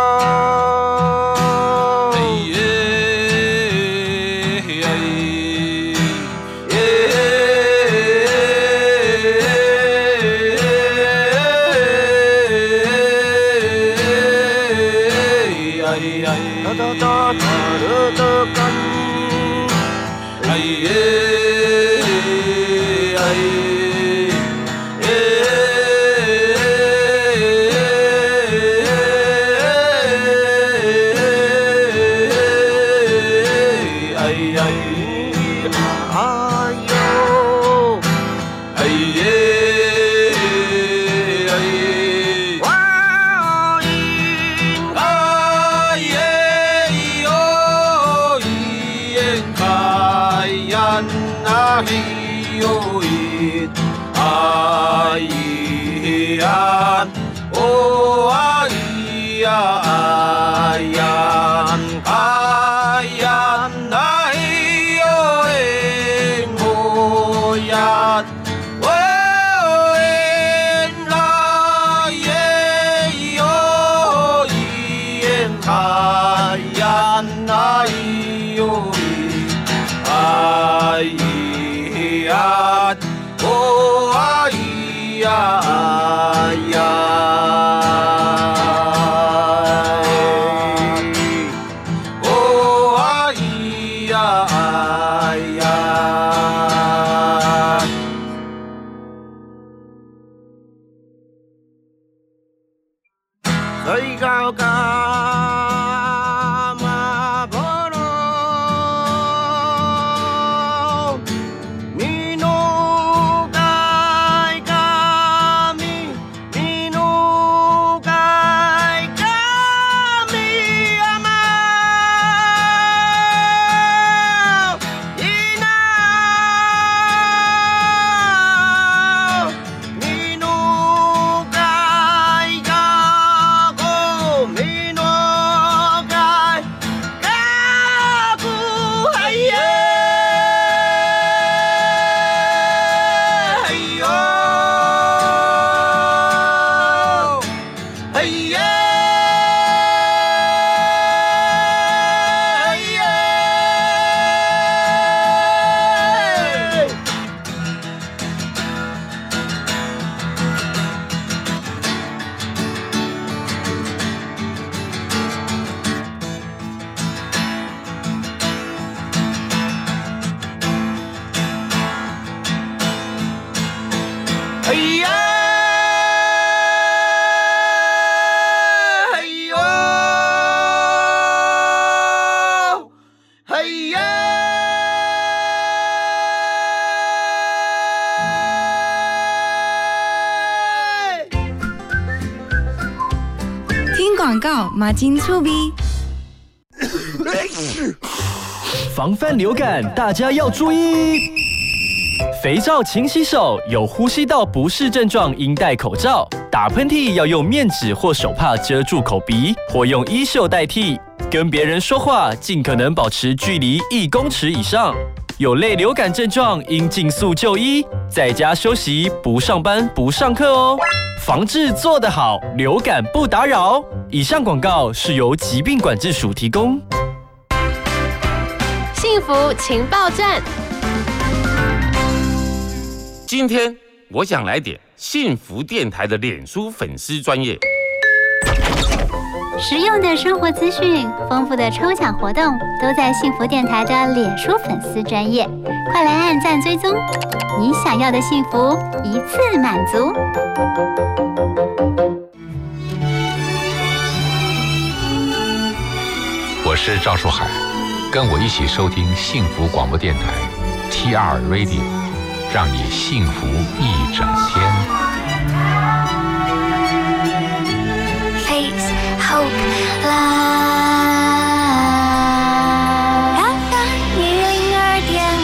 广告马金醋鼻。 防范流感，大家要注意。肥皂勤洗手，有呼吸道不适症状应戴口罩。打喷嚏要用面纸或手帕遮住口鼻，或用衣袖代替。跟别人说话尽可能保持距离1公尺以上。有类流感症状应尽速就医，在家休息，不上班不上课哦。防治做得好，流感不打扰。以上广告是由疾病管制署提供。 幸福情报站。 今天我想来点幸福电台的脸书粉丝专页。 实用的生活资讯，丰富的抽奖活动，都在幸福电台的脸书粉丝专页，快来按赞追踪，你想要的幸福一次满足。 我是赵树海，跟我一起收听幸福广播电台 TR Radio， 让你幸福一整天。 Hope Live FM 102.5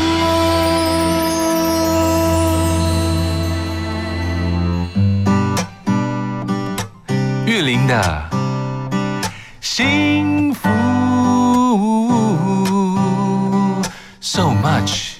So much。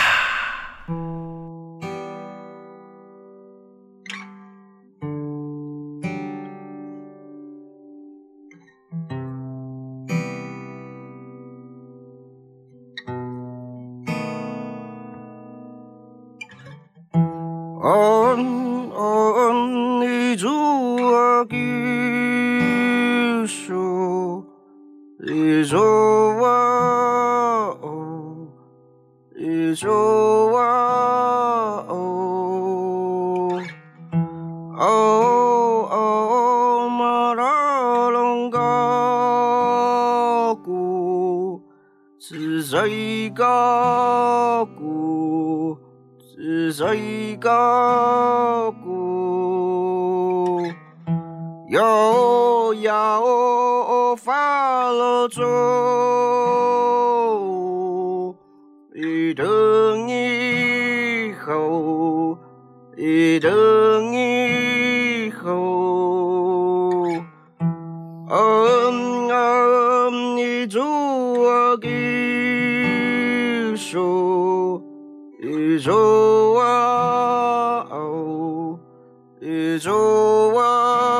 你主啊，基督，你主啊，你主啊，马拉隆嘎古，是谁嘎古？是谁高古？要发了咒，一等以后，一等以后，你主啊，给手。宇宙啊，宇宙啊，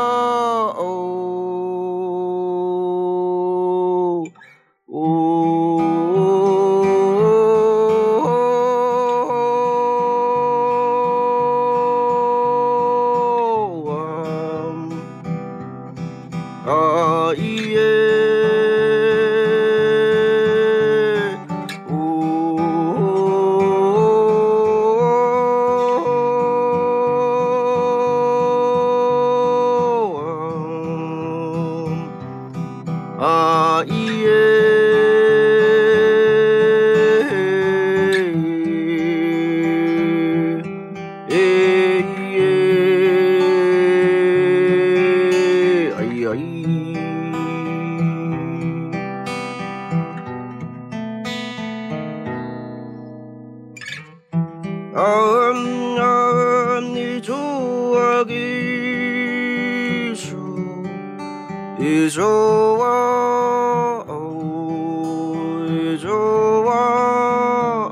你主啊，给手，宇宙啊，宇宙啊，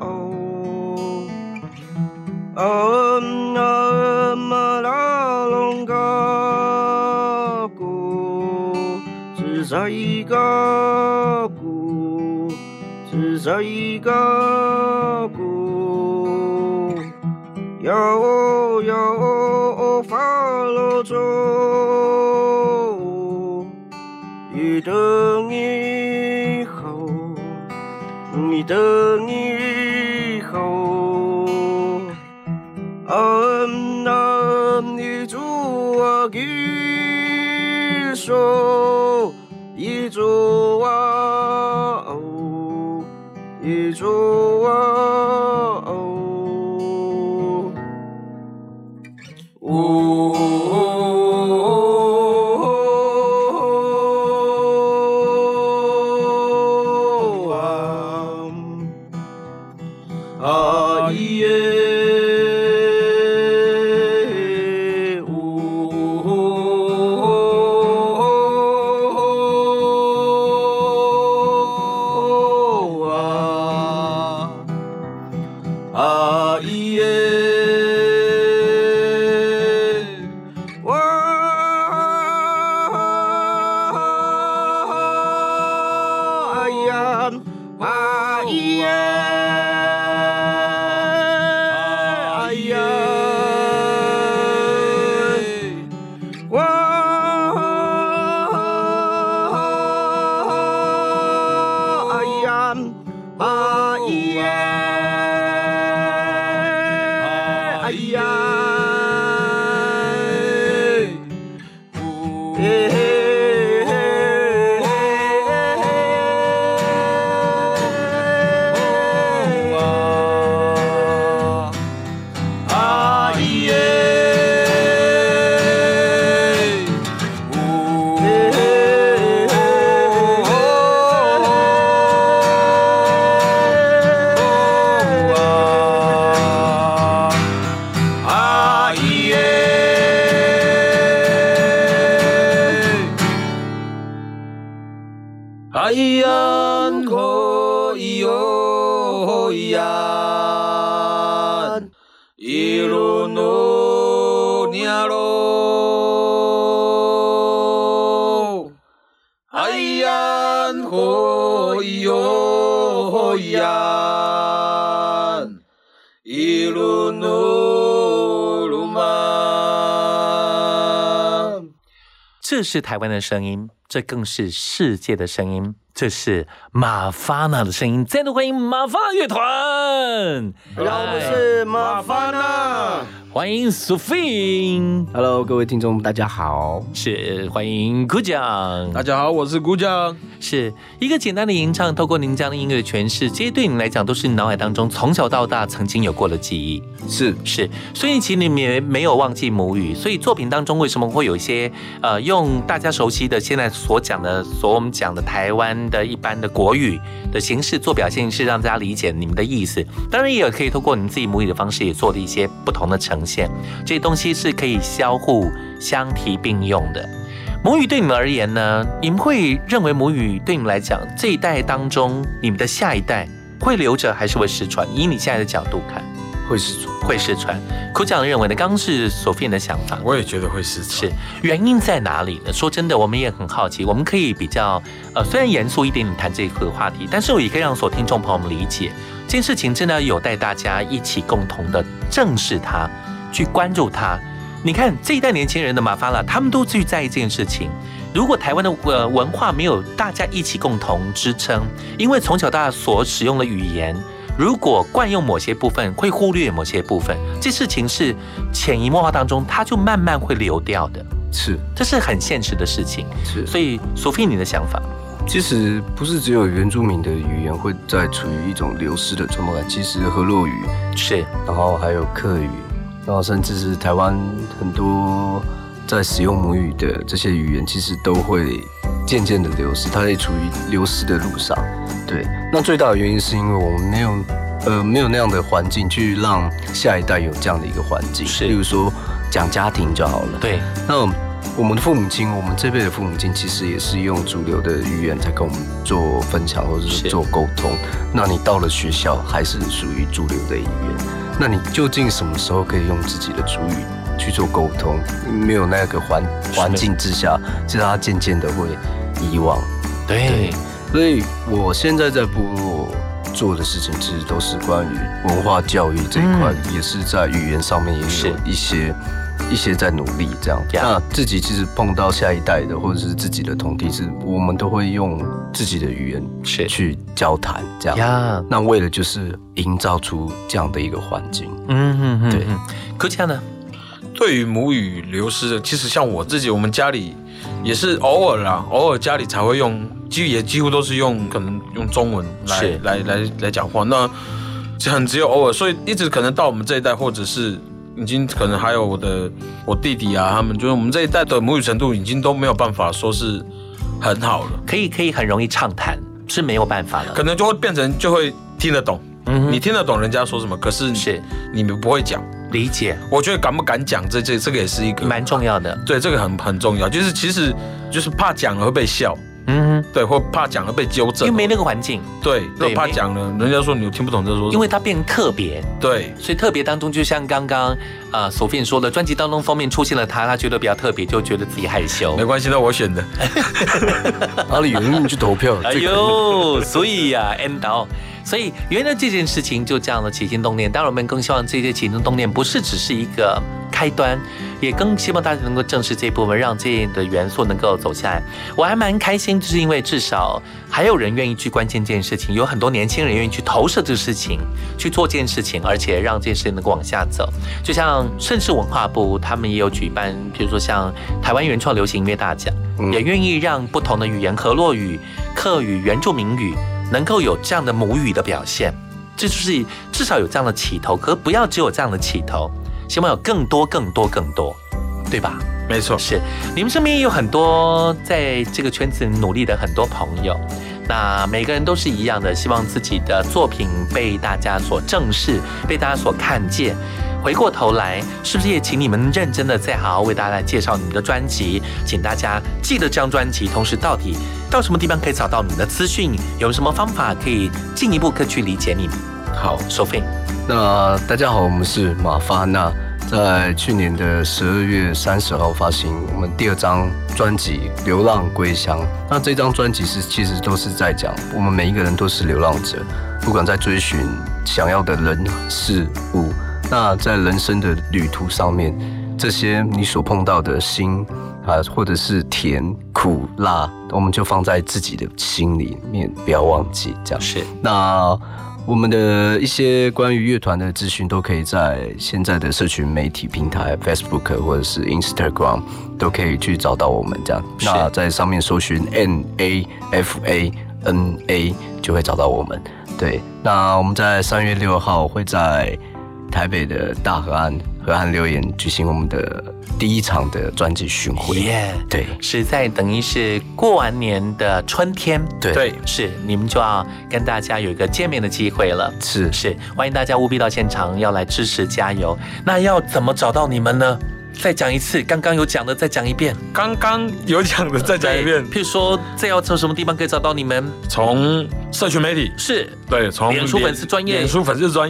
马拉隆嘎古，是谁嘎古？是谁嘎古？要发了咒，一等以后，一等以后，你主啊，给手，一主啊，一主啊。 呀，一路努尼喽，哎呀，吼哟吼呀，一路努鲁玛。 这是台湾的声音，这更是世界的声音。这是马法纳的声音，再度欢迎马法纳乐团。 我们是马法纳， 欢迎 Sophie。Hello， 各位听众，大家好。 是欢迎古江。 大家好，我是古江。 是一个简单的吟唱，透过您这样的音乐的诠释，这些对你来讲都是你脑海当中从小到大曾经有过的记忆。 是， 所以其实你们也没有忘记母语，所以作品当中为什么会有一些用大家熟悉的现在我们讲的台湾的一般的国语的形式做表现，是让大家理解你们的意思。当然也有可以透过你们自己母语的方式，也做了一些不同的呈现。这些东西是可以相互相提并用的。母语对你们而言呢，你们会认为母语对你们来讲，这一代当中，你们的下一代会留着还是会失传？以你现在的角度看， 会失传。 苦讲认为呢，刚刚是索菲的想法， 我也觉得会失传。 是原因在哪里呢？说真的，我们也很好奇。我们可以比较虽然严肃一点谈这个话题，但是我也可以让所有听众朋友们理解，这件事情真的有待大家一起共同的正视它，去关注它。你看这一代年轻人的马法拉，他们都去在意这件事情。如果台湾的文化没有大家一起共同支撑，因为从小到大所使用的语言，如果惯用某些部分，会忽略某些部分，这事情是潜移默化当中，它就慢慢会流掉的。这是很现实的事情。所以索菲，你的想法？ 其实不是只有原住民的语言会在处于一种流失的状态，其实河洛语然后还有客语，然后甚至是台湾很多在使用母语的这些语言，其实都会渐渐的流失，它也处于流失的路上。对，那最大的原因是因为我们没有那样的环境去让下一代有这样的一个环境。例如说讲家庭就好了。 对， 那我们的父母亲，我们这辈的父母亲，其实也是用主流的语言在跟我们做分享或者是做沟通。那你到了学校，还是属于主流的语言。那你究竟什么时候可以用自己的主语去做沟通？没有那个环境之下，其实它渐渐的会遗忘。 对， 所以我现在在部落做的事情，其实都是关于文化教育这一块，也是在语言上面也有一些在努力这样。那自己其实碰到下一代的或者是自己的同体，是我们都会用自己的语言去交谈这样。那为了就是营造出这样的一个环境。对。 可这样呢？ 对于母语流失的，其实像我自己，我们家里也是偶尔家里才会用，几乎都是可能用中文来讲话。那只有偶尔，所以一直可能到我们这一代，或者是已经可能还有我弟弟啊，他们就是我们这一代的母语程度已经都没有办法说是很好了， 可以很容易畅谈，是没有办法了， 可能就会变成就会听得懂。你听得懂人家说什么，可是你们不会讲。 理解， 我觉得敢不敢讲，这个也是一个蛮重要的。 对，这个很重要，就是其实就是怕讲了会被笑，对，或怕讲了被纠正， 因为没那个环境。 对，怕讲了，人家说你听不懂这说什么， 因为它变特别。 对， 所以特别当中，就像刚刚索菲说的，专辑当中封面出现了他觉得比较特别，就觉得自己害羞。 没关系，那我选的。 哪里有人去投票？ 哎呦，所以呀，end到。所以原来这件事情就这样的起心动念，当然我们更希望这些起心动念不是只是一个开端，也更希望大家能够正视这一部分，让这样的元素能够走下来。我还蛮开心，就是因为至少还有人愿意去关心这件事情，有很多年轻人愿意去投射这个事情，去做这件事情，而且让这件事情能够往下走。就像甚至文化部他们也有举办，比如说像台湾原创流行音乐大奖，也愿意让不同的语言，河洛语、客语、原住民语能够有这样的母语的表现，这就是至少有这样的起头，可不要只有这样的起头，希望有更多，对吧？ 没错， 是你们身边也有很多在这个圈子努力的很多朋友，那每个人都是一样的，希望自己的作品被大家所正视，被大家所看见。回过头来，是不是也请你们认真的再好好为大家介绍你们的专辑？请大家记得这张专辑，同时到什么地方可以找到你们的资讯？有什么方法可以进一步去理解你们？ 好， 收费。 那大家好，我们是马发那，在去年的12月30号发行我们第2张专辑《流浪归乡》。那这张专辑其实都是在讲我们每一个人都是流浪者，不管在追寻想要的人事物，那在人生的旅途上面，这些你所碰到的辛啊，或者是甜苦辣，我们就放在自己的心里面，不要忘记。这样是。 那我们的一些关于乐团的资讯都可以在现在的社群媒体平台 Facebook 或者是 Instagram 都可以去找到我们这样。那在上面搜寻 NAFANA 就会找到我们。对，那我们在3月6号会在台北的大河岸留言举行我们的第1场的专辑巡回。对， 是在等于是过完年的春天。 对， 是你们就要跟大家有一个见面的机会了。是，欢迎大家务必到现场要来支持加油。那要怎么找到你们呢？再讲一次，刚刚有讲的再讲一遍。 刚刚有讲的再讲一遍。 譬如说，这要从什么地方可以找到你们？ 从社群媒体是， 对，从脸书粉丝专页， 从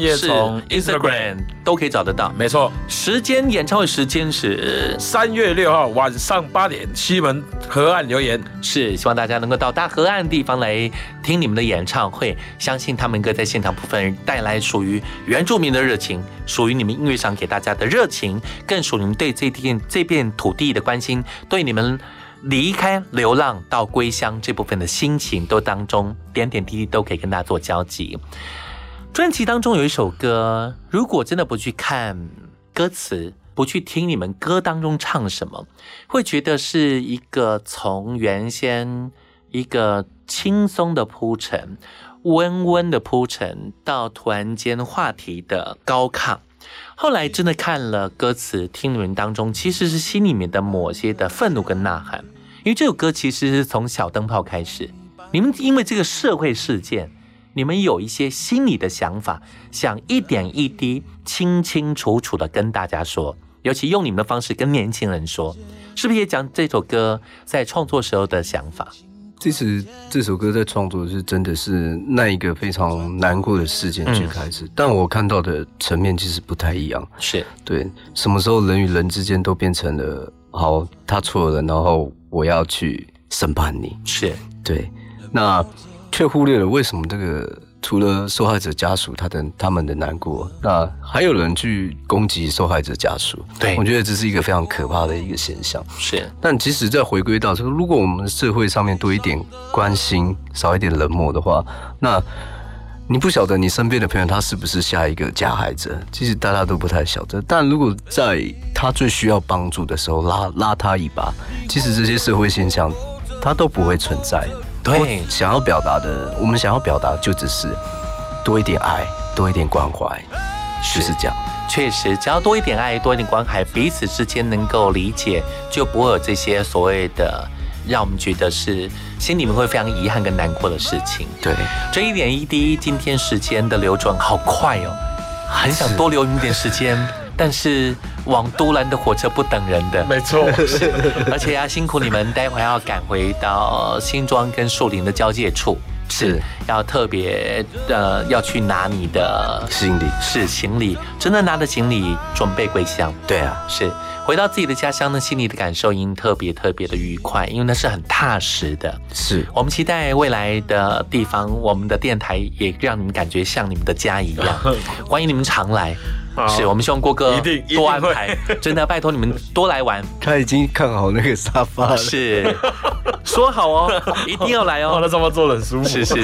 Instagram 都可以找得到。 没错。 演唱会时间是 3月6号晚上8点，西门河岸留言。 是，希望大家能够到大河岸的地方来听你们的演唱会。相信他们哥在现场部分带来属于原住民的热情，属于你们音乐上给大家的热情，更属于你们对这片土地的关心，对你们离开流浪到归乡这部分的心情，都当中点点滴滴都可以跟大家做交集。专辑当中有一首歌，如果真的不去看歌词，不去听你们歌当中唱什么，会觉得是一个从原先一个轻松的铺陈，温温的铺陈，到突然间话题的高亢。后来真的看了歌词，听你们当中其实是心里面的某些的愤怒跟呐喊。因为这首歌其实是从小灯泡开始，你们因为这个社会事件，你们有一些心里的想法，想一点一滴清清楚楚的跟大家说，尤其用你们的方式跟年轻人说，是不是也讲这首歌在创作时候的想法？ 其实这首歌在创作是真的是那一个非常难过的事件去开始，但我看到的层面其实不太一样。 是对，什么时候人与人之间都变成了好，他错了，然后我要去审判你。 是对，那却忽略了为什么这个除了受害者家属他们的难过，那还有人去攻击受害者家属。 对， 我觉得这是一个非常可怕的一个现象。 是， 但即使再回归到这个，如果我们社会上面多一点关心，少一点冷漠的话，那你不晓得你身边的朋友他是不是下一个加害者，其实大家都不太晓得。但如果在他最需要帮助的时候拉他一把，其实这些社会现象它都不会存在。 对， 我们想要表达就只是多一点爱，多一点关怀，就是这样。 确实，只要多一点爱，多一点关怀，彼此之间能够理解，就不会有这些所谓的让我们觉得是心里面会非常遗憾跟难过的事情。 对， 这一点一滴，今天时间的流转好快哦，很想多留你一点时间。但是往都兰的火车不等人的， 没错， 而且要辛苦你们，待会要赶回到新庄跟树林的交界处，是要特别要去拿你的行李， 是行李，真的拿着行李准备归乡。 对啊， 是回到自己的家乡呢，心里的感受已经特别的愉快，因为那是很踏实的。 是我们期待未来的地方，我们的电台也让你们感觉像你们的家一样，欢迎你们常来。是我们希望郭哥多安排，真的拜托你们多来玩。 他已经看好那个沙发了， 是说好哦，一定要来哦。 那沙发坐得很舒服。 是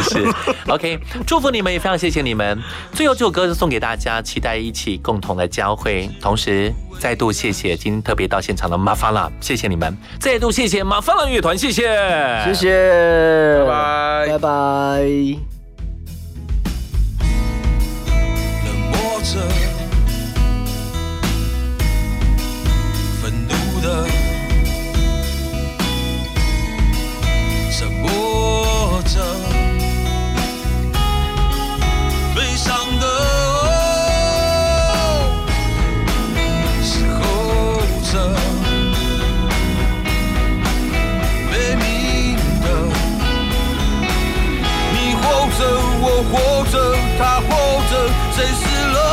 OK， 祝福你们，也非常谢谢你们。最后这首歌是送给大家，期待一起共同来交汇。同时再度谢谢今天特别到现场的马法拉，谢谢你们。再度谢谢马法拉乐团，谢谢， 谢谢， 拜拜， 拜拜。 冷漠着。沉默着，悲伤的时候着，悲鸣的，你活着，我活着，他活着。 失落。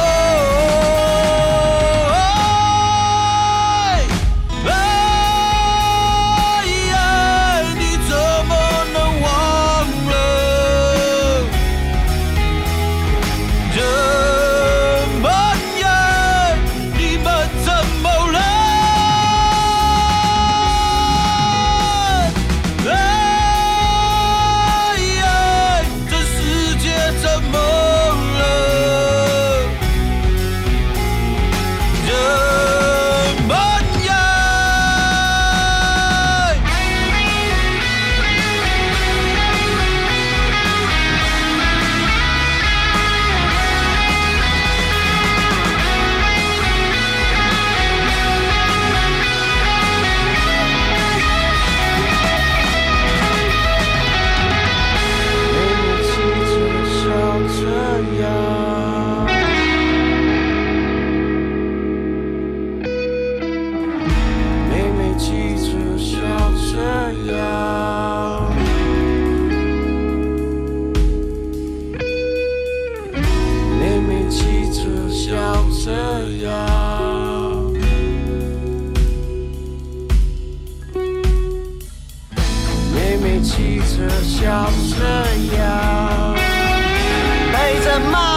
笑这样，带着骂。